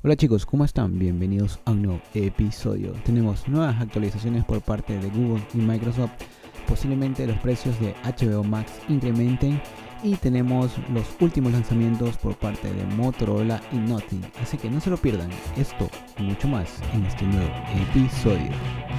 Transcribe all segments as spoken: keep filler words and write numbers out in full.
Hola chicos, ¿cómo están? Bienvenidos a un nuevo episodio. Tenemos nuevas actualizaciones por parte de Google y Microsoft. Posiblemente los precios de H B O Max incrementen y tenemos los últimos lanzamientos por parte de Motorola y Nothing. Así que no se lo pierdan, esto y mucho más en este nuevo episodio.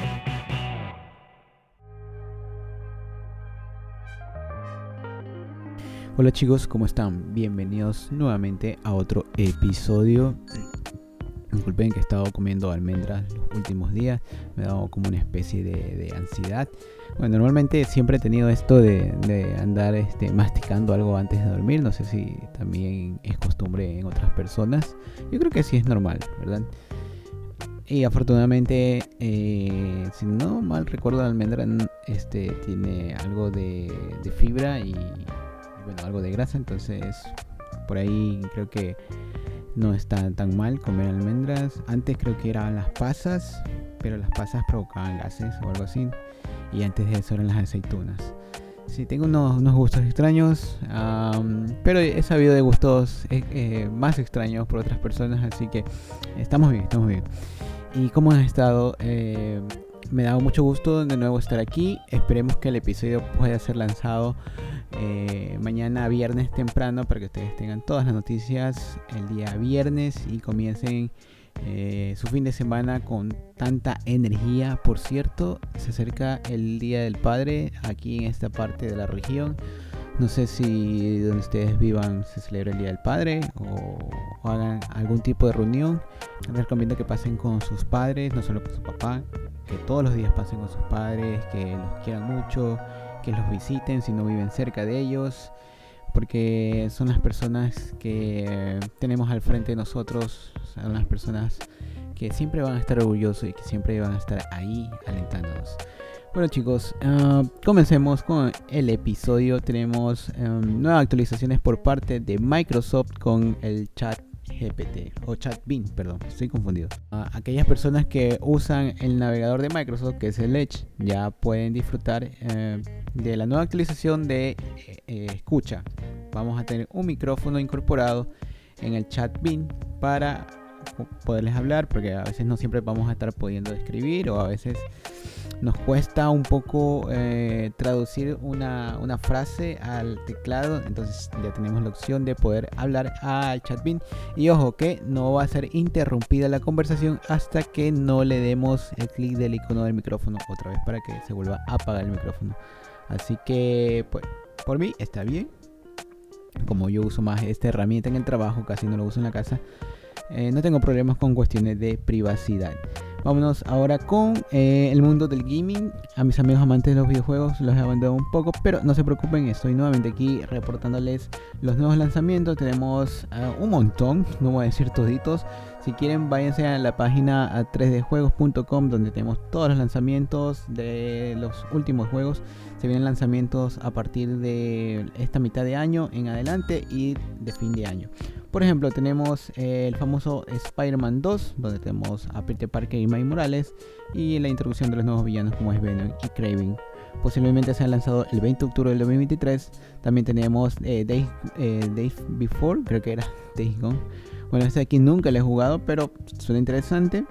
Hola chicos, ¿cómo están? Bienvenidos nuevamente a otro episodio. Disculpen que he estado comiendo almendras los últimos días, me ha dado como una especie de, de ansiedad. Bueno, normalmente siempre he tenido esto de, de andar este, masticando algo antes de dormir. No sé si también es costumbre en otras personas. Yo creo que sí es normal, ¿verdad? Y afortunadamente, eh, si no mal recuerdo, la almendra este, tiene algo de, de fibra y, y bueno, algo de grasa. Entonces, por ahí creo que no está tan mal comer almendras. Antes creo que eran las pasas, pero las pasas provocaban gases o algo así. Y antes de eso eran las aceitunas. Sí, tengo unos, unos gustos extraños, um, pero he sabido de gustos eh, eh, más extraños por otras personas, así que estamos bien, estamos bien. ¿Y cómo han estado? Eh, me da mucho gusto de nuevo estar aquí. Esperemos que el episodio pueda ser lanzado eh, mañana viernes temprano para que ustedes tengan todas las noticias el día viernes y comiencen eh, su fin de semana con tanta energía. Por cierto, se acerca el Día del Padre aquí en esta parte de la región. No sé si donde ustedes vivan se celebra el Día del Padre o, o hagan algún tipo de reunión. Les recomiendo que pasen con sus padres, no solo con su papá, que todos los días pasen con sus padres, que los quieran mucho, que los visiten si no viven cerca de ellos, porque son las personas que tenemos al frente de nosotros, son las personas que siempre van a estar orgullosos y que siempre van a estar ahí alentándonos. Bueno chicos, uh, comencemos con el episodio. Tenemos um, nuevas actualizaciones por parte de Microsoft con el chat G P T o chat Bing, perdón, estoy confundido. Uh, aquellas personas que usan el navegador de Microsoft, que es el Edge, ya pueden disfrutar uh, de la nueva actualización de eh, escucha. Vamos a tener un micrófono incorporado en el chat Bing para poderles hablar, porque a veces no siempre vamos a estar pudiendo escribir o a veces nos cuesta un poco eh, traducir una, una frase al teclado. Entonces ya tenemos la opción de poder hablar al chat Bing. Y ojo que no va a ser interrumpida la conversación hasta que no le demos el clic del icono del micrófono otra vez para que se vuelva a apagar el micrófono. Así que pues por mí está bien. Como yo uso más esta herramienta en el trabajo, casi no lo uso en la casa, eh, no tengo problemas con cuestiones de privacidad. Vámonos ahora con eh, el mundo del gaming. A mis amigos amantes de los videojuegos los he abandonado un poco, pero no se preocupen, estoy nuevamente aquí reportándoles los nuevos lanzamientos. Tenemos uh, un montón, no voy a decir toditos. Si quieren, váyanse a la página a tres d juegos punto com, donde tenemos todos los lanzamientos de los últimos juegos. Se vienen lanzamientos a partir de esta mitad de año en adelante y de fin de año. Por ejemplo, tenemos eh, el famoso Spider-Man dos, donde tenemos a Peter Parker y Miles Morales, y la introducción de los nuevos villanos como es Venom y Kraven. Posiblemente se han lanzado el veinte de octubre del dos mil veintitrés. También tenemos eh, Days, eh, Days Before, creo que era Days Gone. Bueno, este aquí nunca lo he jugado, pero suena interesante.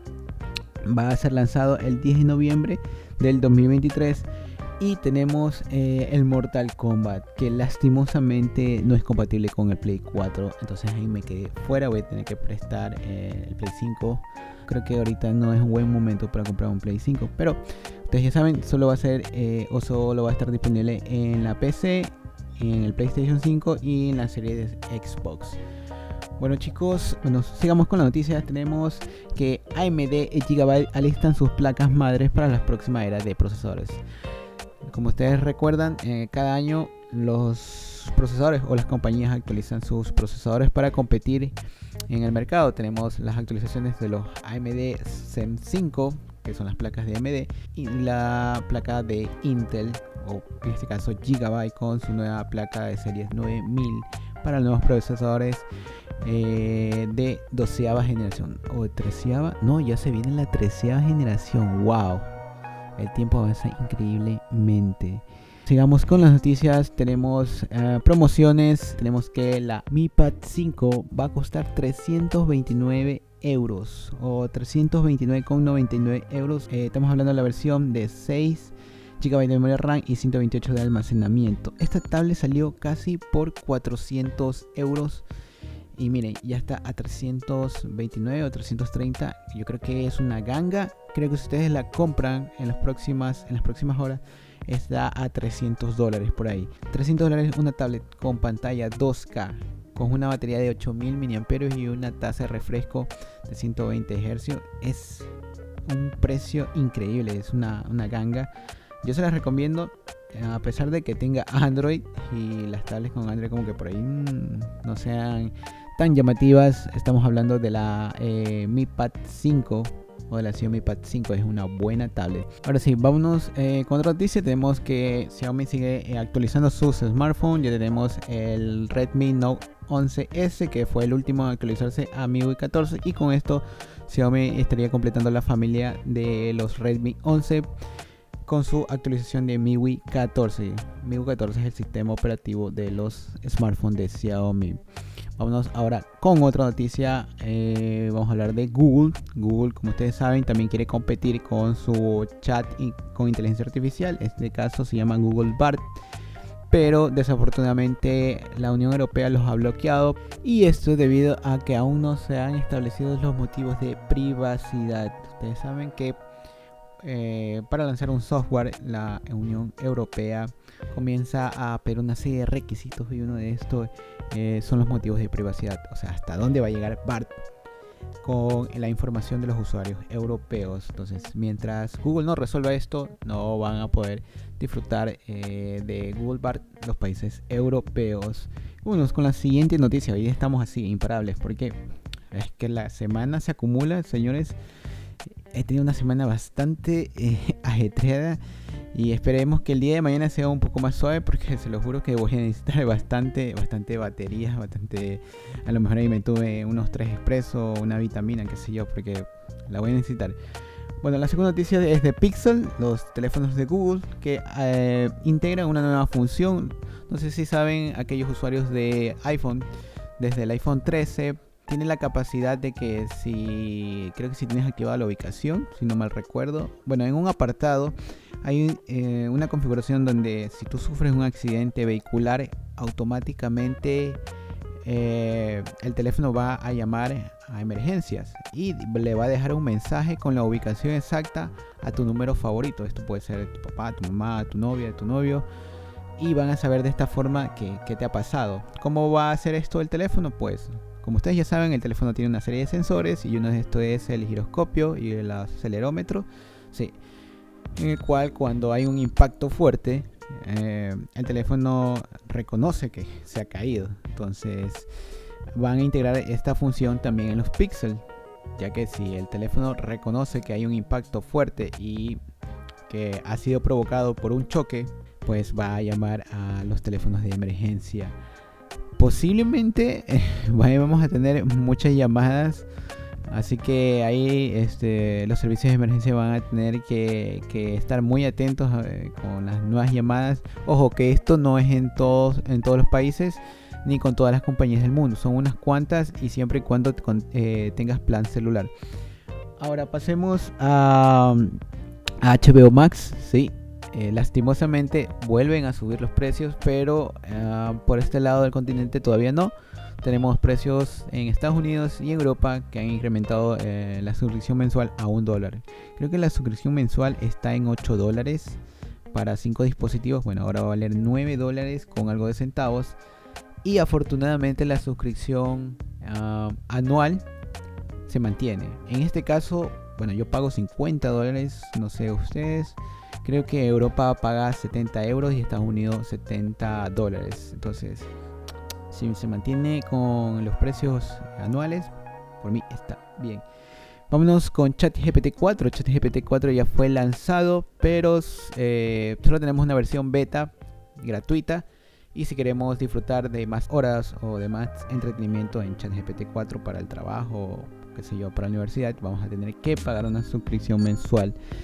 Va a ser lanzado el diez de noviembre del dos mil veintitrés. Y tenemos eh, el Mortal Kombat, que lastimosamente no es compatible con el Play cuatro. Entonces ahí me quedé fuera, voy a tener que prestar eh, el Play cinco. Creo que ahorita no es un buen momento para comprar un Play cinco. Pero ustedes ya saben, solo va a ser eh, o solo va a estar disponible en la P C, en el PlayStation cinco y en la serie de Xbox. Bueno chicos, bueno, sigamos con las noticias. Tenemos que A M D y Gigabyte alistan sus placas madres para la próxima era de procesadores. Como ustedes recuerdan, eh, cada año los procesadores o las compañías actualizan sus procesadores para competir en el mercado. Tenemos las actualizaciones de los A M D Zen cinco, que son las placas de A M D, y la placa de Intel, o en este caso Gigabyte, con su nueva placa de series nueve mil para los nuevos procesadores eh, de doceava generación o de treceava. No, ya se viene la treceava generación. Wow. El tiempo avanza increíblemente. Sigamos con las noticias. Tenemos uh, promociones. Tenemos que la Mi Pad cinco va a costar trescientos veintinueve euros o trescientos veintinueve con noventa y nueve euros. Eh, estamos hablando de la versión de seis gigabytes de memoria RAM y ciento veintiocho de almacenamiento. Esta tablet salió casi por cuatrocientos euros. Y miren, ya está a trescientos veintinueve o trescientos treinta. Yo creo que es una ganga. Creo que si ustedes la compran en las próximas, en las próximas horas, está a trescientos dólares por ahí. trescientos dólares una tablet con pantalla dos K, con una batería de ocho mil miliamperios hora y una tasa de refresco de ciento veinte hercios. Es un precio increíble, es una, una ganga. Yo se las recomiendo, a pesar de que tenga Android y las tablets con Android como que por ahí mmm, no sean tan llamativas. Estamos hablando de la eh, Mi Pad cinco o de la Xiaomi Pad cinco, es una buena tablet. Ahora sí, vámonos eh, con otra noticia. Tenemos que Xiaomi sigue eh, actualizando sus smartphones. Ya tenemos el Redmi Note once ese, que fue el último en actualizarse a M I U I catorce, y con esto Xiaomi estaría completando la familia de los Redmi once con su actualización de M I U I catorce. M I U I catorce es el sistema operativo de los smartphones de Xiaomi. Vámonos ahora con otra noticia. Eh, vamos a hablar de Google. Google, como ustedes saben, también quiere competir con su chat y con inteligencia artificial. En este caso se llama Google Bard, pero desafortunadamente la Unión Europea los ha bloqueado, y esto es debido a que aún no se han establecido los motivos de privacidad. Ustedes saben que Eh, para lanzar un software, la Unión Europea comienza a pedir una serie de requisitos, y uno de estos eh, son los motivos de privacidad. O sea, hasta dónde va a llegar Bard con la información de los usuarios europeos. Entonces, mientras Google no resuelva esto, no van a poder disfrutar eh, de Google Bard los países europeos. Bueno, con la siguiente noticia. Hoy estamos así, imparables, porque es que la semana se acumula, señores. He tenido una semana bastante eh, ajetreada, y esperemos que el día de mañana sea un poco más suave, porque se lo juro que voy a necesitar bastante, bastante baterías, bastante. A lo mejor ahí me tuve unos tres expresos, una vitamina, qué sé yo, porque la voy a necesitar. Bueno, la segunda noticia es de Pixel, los teléfonos de Google que eh, integran una nueva función. No sé si saben, aquellos usuarios de iPhone, desde el iPhone trece, tiene la capacidad de que si, creo que si tienes activada la ubicación, si no mal recuerdo, bueno, en un apartado hay eh, una configuración donde si tú sufres un accidente vehicular, automáticamente eh, el teléfono va a llamar a emergencias y le va a dejar un mensaje con la ubicación exacta a tu número favorito. Esto puede ser tu papá, tu mamá, tu novia, tu novio, y van a saber de esta forma que, que te ha pasado. ¿Cómo va a hacer esto el teléfono? Pues como ustedes ya saben, el teléfono tiene una serie de sensores, y uno de estos es el giroscopio y el acelerómetro, sí, en el cual cuando hay un impacto fuerte, eh, el teléfono reconoce que se ha caído. Entonces van a integrar esta función también en los Pixel, ya que si el teléfono reconoce que hay un impacto fuerte y que ha sido provocado por un choque, pues va a llamar a los teléfonos de emergencia. Posiblemente eh, vamos a tener muchas llamadas, así que ahí este, los servicios de emergencia van a tener que, que estar muy atentos eh, con las nuevas llamadas. Ojo que esto no es en todos, en todos los países ni con todas las compañías del mundo, son unas cuantas, y siempre y cuando con, eh, tengas plan celular. Ahora pasemos a, a H B O Max, sí. Eh, lastimosamente vuelven a subir los precios, pero uh, por este lado del continente todavía no. Tenemos precios en Estados Unidos y en Europa que han incrementado eh, la suscripción mensual a un dólar. Creo que la suscripción mensual está en ocho dólares para cinco dispositivos. Bueno, ahora va a valer nueve dólares con algo de centavos. Y afortunadamente la suscripción uh, anual se mantiene. En este caso, bueno, yo pago cincuenta dólares, no sé ustedes. Creo que Europa paga setenta euros y Estados Unidos setenta dólares. Entonces, si se mantiene con los precios anuales, por mí está bien. Vámonos con ChatGPT cuatro. ChatGPT cuatro ya fue lanzado, pero eh, solo tenemos una versión beta gratuita. Y si queremos disfrutar de más horas o de más entretenimiento en ChatGPT cuatro para el trabajo, qué sé yo, para la universidad, vamos a tener que pagar una suscripción mensual.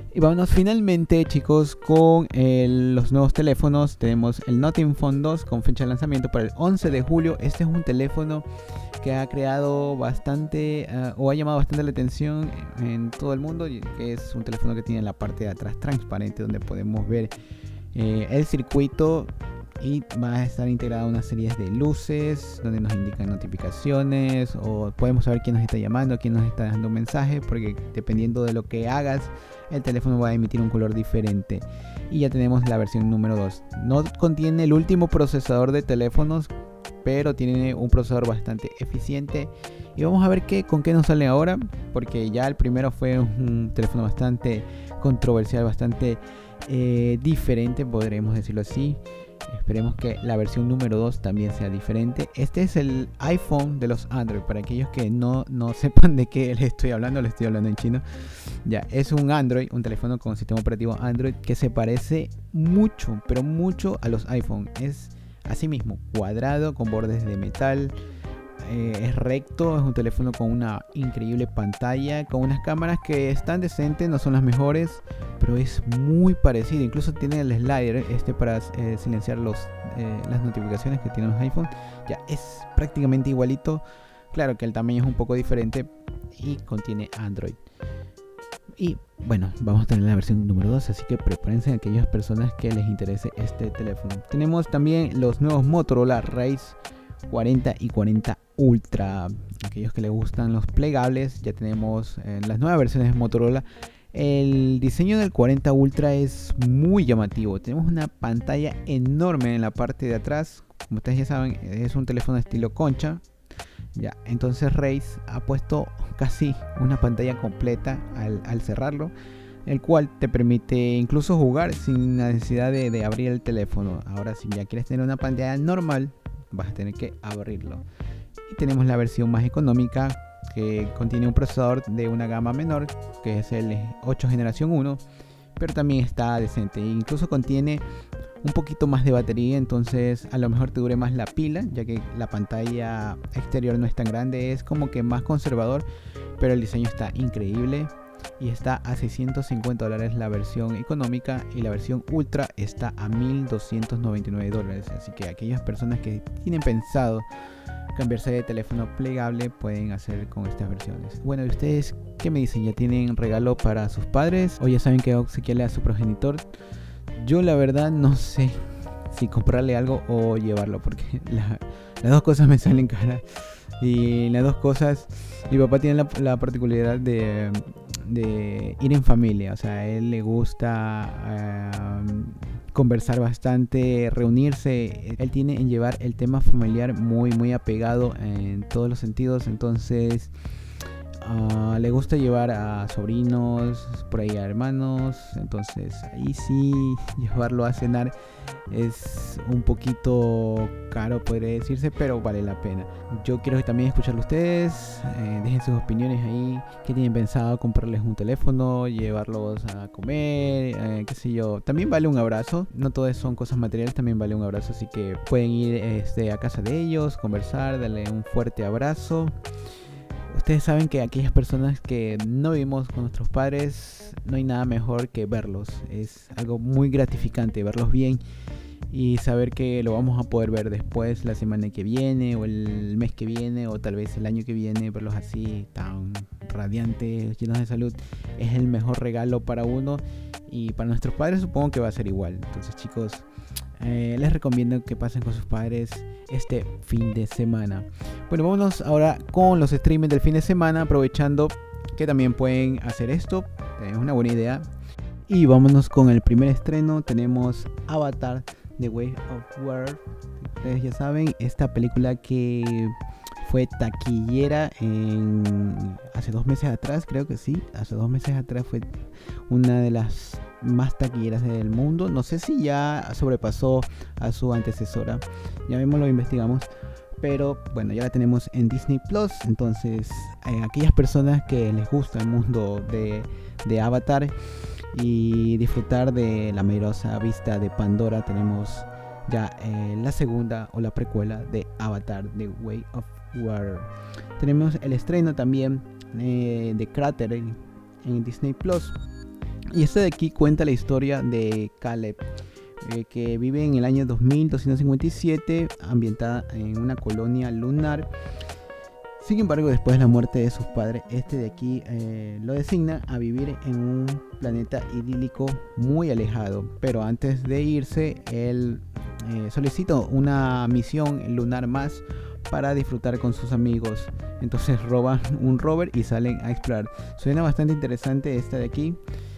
Y vámonos finalmente, chicos, con el, los nuevos teléfonos. Tenemos el Nothing Phone dos con fecha de lanzamiento para el once de julio. Este es un teléfono que ha creado bastante uh, o ha llamado bastante la atención en todo el mundo, que es un teléfono que tiene la parte de atrás transparente donde podemos ver eh, el circuito, y va a estar integrada una serie de luces donde nos indican notificaciones, o podemos saber quién nos está llamando, quién nos está dando un mensaje, porque dependiendo de lo que hagas el teléfono va a emitir un color diferente. Y ya tenemos la versión número dos. No contiene el último procesador de teléfonos, pero tiene un procesador bastante eficiente. Y vamos a ver qué, con qué nos sale ahora, porque ya el primero fue un teléfono bastante controversial, bastante eh, diferente, podremos decirlo así. Esperemos que la versión número dos también sea diferente. Este es el iPhone de los Android. Para aquellos que no, no sepan de qué les estoy hablando, les estoy hablando en chino. Ya, es un Android, un teléfono con sistema operativo Android que se parece mucho, pero mucho a los iPhone. Es así mismo, cuadrado, con bordes de metal. Eh, es recto, es un teléfono con una increíble pantalla, con unas cámaras que están decentes, no son las mejores, pero es muy parecido. Incluso tiene el slider este para eh, silenciar los, eh, las notificaciones que tienen los iPhone. Ya es prácticamente igualito. Claro que el tamaño es un poco diferente y contiene Android. Y bueno, vamos a tener la versión número dos, así que prepárense a aquellas personas que les interese este teléfono. Tenemos también los nuevos Motorola Razr cuarenta y cuarenta Ultra. Aquellos que les gustan los plegables, ya tenemos eh, las nuevas versiones de Motorola. El diseño del cuarenta Ultra es muy llamativo. Tenemos una pantalla enorme en la parte de atrás. Como ustedes ya saben, es un teléfono de estilo concha. Ya, entonces Razr ha puesto casi una pantalla completa al, al cerrarlo, el cual te permite incluso jugar sin necesidad de, de abrir el teléfono. Ahora, si ya quieres tener una pantalla normal, vas a tener que abrirlo. Y tenemos la versión más económica, que contiene un procesador de una gama menor, que es el ocho generación uno, pero también está decente. Incluso contiene un poquito más de batería, entonces a lo mejor te dure más la pila, ya que la pantalla exterior no es tan grande, es como que más conservador, pero el diseño está increíble. Y está a seiscientos cincuenta dólares la versión económica, y la versión ultra está a mil doscientos noventa y nueve dólares. Así que aquellas personas que tienen pensado cambiarse de teléfono plegable pueden hacer con estas versiones. Bueno, ¿y ustedes qué me dicen? ¿Ya tienen regalo para sus padres o ya saben qué obsequiarle a su progenitor? Yo la verdad no sé si comprarle algo o llevarlo, porque la, las dos cosas me salen caras. Y las dos cosas, mi papá tiene la, la particularidad de, de ir en familia. O sea, a él le gusta uh, conversar bastante, reunirse. Él tiene en llevar el tema familiar muy, muy apegado en todos los sentidos. Entonces, uh, le gusta llevar a sobrinos, por ahí a hermanos. Entonces, ahí sí, llevarlo a cenar es un poquito caro, podría decirse, pero vale la pena. Yo quiero también escucharlo a ustedes. Eh, dejen sus opiniones ahí. ¿Qué tienen pensado? ¿Comprarles un teléfono? ¿Llevarlos a comer? Eh, ¿Qué sé yo? También vale un abrazo. No todas son cosas materiales, también vale un abrazo. Así que pueden ir este, a casa de ellos, conversar, darle un fuerte abrazo. Ustedes saben que aquellas personas que no vivimos con nuestros padres, no hay nada mejor que verlos. Es algo muy gratificante verlos bien y saber que lo vamos a poder ver después, la semana que viene o el mes que viene o tal vez el año que viene. Verlos así tan radiantes, llenos de salud, es el mejor regalo para uno, y para nuestros padres supongo que va a ser igual. Entonces, chicos, eh, les recomiendo que pasen con sus padres este fin de semana. Bueno, vámonos ahora con los streamings del fin de semana, aprovechando que también pueden hacer esto. Es una buena idea. Y vámonos con el primer estreno. Tenemos Avatar: The Way of Water. Ustedes ya saben, esta película que fue taquillera en, hace dos meses atrás, creo que sí, hace dos meses atrás fue una de las más taquilleras del mundo. No sé si ya sobrepasó a su antecesora, ya mismo lo investigamos, pero bueno, ya la tenemos en Disney Plus. Entonces, eh, aquellas personas que les gusta el mundo de, de Avatar y disfrutar de la maravillosa vista de Pandora, tenemos ya eh, la segunda o la precuela de Avatar: The Way of Water. Tenemos el estreno también eh, de Crater en, en Disney Plus. Y este de aquí cuenta la historia de Caleb, eh, que vive en el año dos mil doscientos cincuenta y siete, ambientada en una colonia lunar. Sin embargo, después de la muerte de sus padres, este de aquí eh, lo designa a vivir en un planeta idílico muy alejado. Pero antes de irse, él eh, solicita una misión lunar más para disfrutar con sus amigos. Entonces roban un rover y salen a explorar. Suena bastante interesante esta de aquí.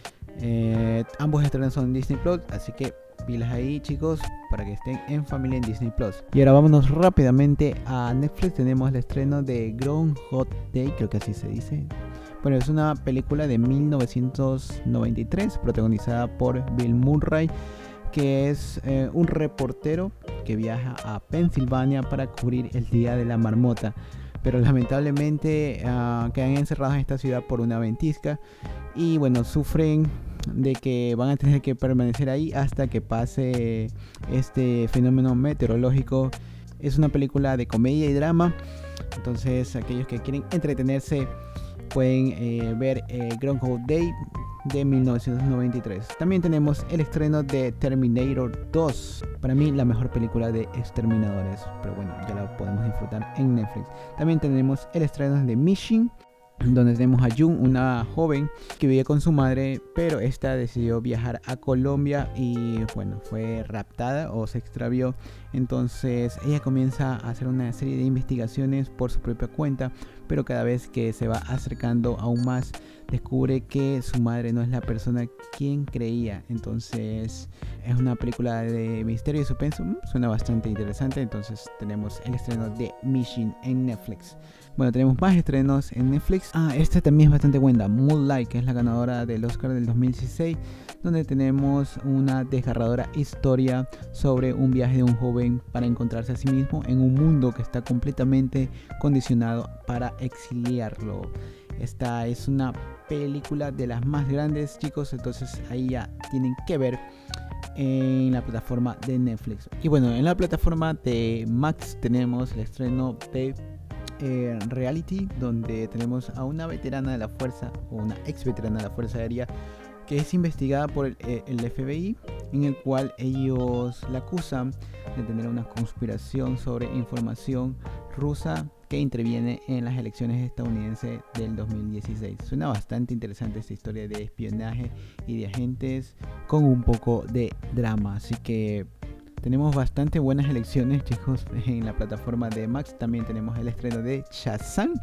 Eh, ambos estrenos son en Disney Plus, así que pilas ahí, chicos, para que estén en familia en Disney Plus. Y ahora vámonos rápidamente a Netflix. Tenemos el estreno de Groundhog Day, creo que así se dice. Bueno, es una película de mil novecientos noventa y tres protagonizada por Bill Murray, que es eh, un reportero que viaja a Pensilvania para cubrir el Día de la Marmota, pero lamentablemente uh, quedan encerrados en esta ciudad por una ventisca y bueno, sufren de que van a tener que permanecer ahí hasta que pase este fenómeno meteorológico. Es una película de comedia y drama, entonces aquellos que quieren entretenerse pueden eh, ver eh, Groundhog Day de mil novecientos noventa y tres. También tenemos el estreno de Terminator dos, para mí la mejor película de exterminadores, pero bueno, ya la podemos disfrutar en Netflix. También tenemos el estreno de Mission, donde tenemos a June, una joven que vive con su madre, pero esta decidió viajar a Colombia y bueno, fue raptada o se extravió. Entonces ella comienza a hacer una serie de investigaciones por su propia cuenta, pero cada vez que se va acercando aún más, descubre que su madre no es la persona quien creía. Entonces es una película de misterio y suspenso, suena bastante interesante. Entonces tenemos el estreno de Mission en Netflix. Bueno, tenemos más estrenos en Netflix. Ah, esta también es bastante buena, Moonlight, que es la ganadora del Oscar del dos mil dieciséis, donde tenemos una desgarradora historia sobre un viaje de un joven para encontrarse a sí mismo en un mundo que está completamente condicionado para exiliarlo. Esta es una película de las más grandes, chicos, entonces ahí ya tienen que ver en la plataforma de Netflix. Y bueno, en la plataforma de Max tenemos el estreno de eh, Reality, donde tenemos a una veterana de la fuerza, o una ex veterana de la Fuerza Aérea, que es investigada por el, el F B I, en el cual ellos la acusan de tener una conspiración sobre información rusa que interviene en las elecciones estadounidenses del dos mil dieciséis. Suena bastante interesante esta historia de espionaje y de agentes con un poco de drama, así que tenemos bastante buenas elecciones, chicos, en la plataforma de Max. También tenemos el estreno de Shazam,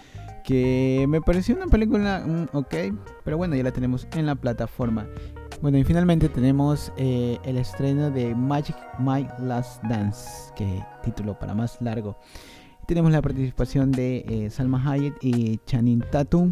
que me pareció una película um, ok, pero bueno, ya la tenemos en la plataforma. Bueno, y finalmente tenemos eh, el estreno de Magic Mike Last Dance, que título para más largo. Tenemos la participación de eh, Salma Hayek y Channing Tatum.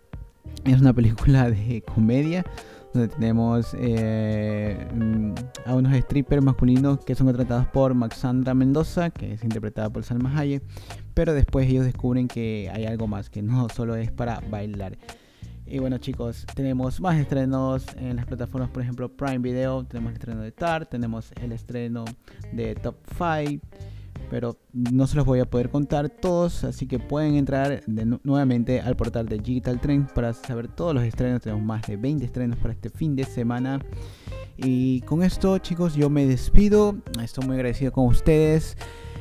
Es una película de comedia donde tenemos eh, a unos strippers masculinos que son contratados por Maxandra Mendoza, que es interpretada por Salma Hayek, pero después ellos descubren que hay algo más, que no solo es para bailar. Y bueno, chicos, tenemos más estrenos en las plataformas, por ejemplo Prime Video. Tenemos el estreno de Tar, tenemos el estreno de Top cinco, pero no se los voy a poder contar todos, así que pueden entrar de nu- nuevamente al portal de Digital Trend para saber todos los estrenos. Tenemos más de veinte estrenos para este fin de semana. Y con esto, chicos, yo me despido. Estoy muy agradecido con ustedes.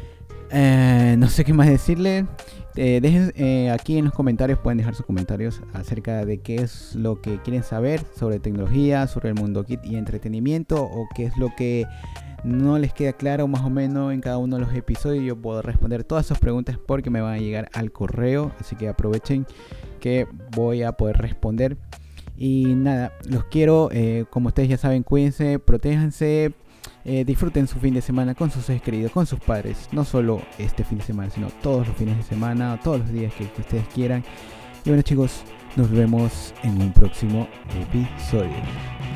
Eh, no sé qué más decirle. Eh, dejen eh, aquí en los comentarios, pueden dejar sus comentarios acerca de qué es lo que quieren saber sobre tecnología, sobre el mundo geek y entretenimiento, o qué es lo que no les queda claro más o menos en cada uno de los episodios. Yo puedo responder todas esas preguntas porque me van a llegar al correo, así que aprovechen que voy a poder responder. Y nada, los quiero, eh, como ustedes ya saben, cuídense, protéjanse, eh, disfruten su fin de semana con sus seres queridos, con sus padres, no solo este fin de semana, sino todos los fines de semana, todos los días que, que ustedes quieran. Y bueno, chicos, nos vemos en un próximo episodio.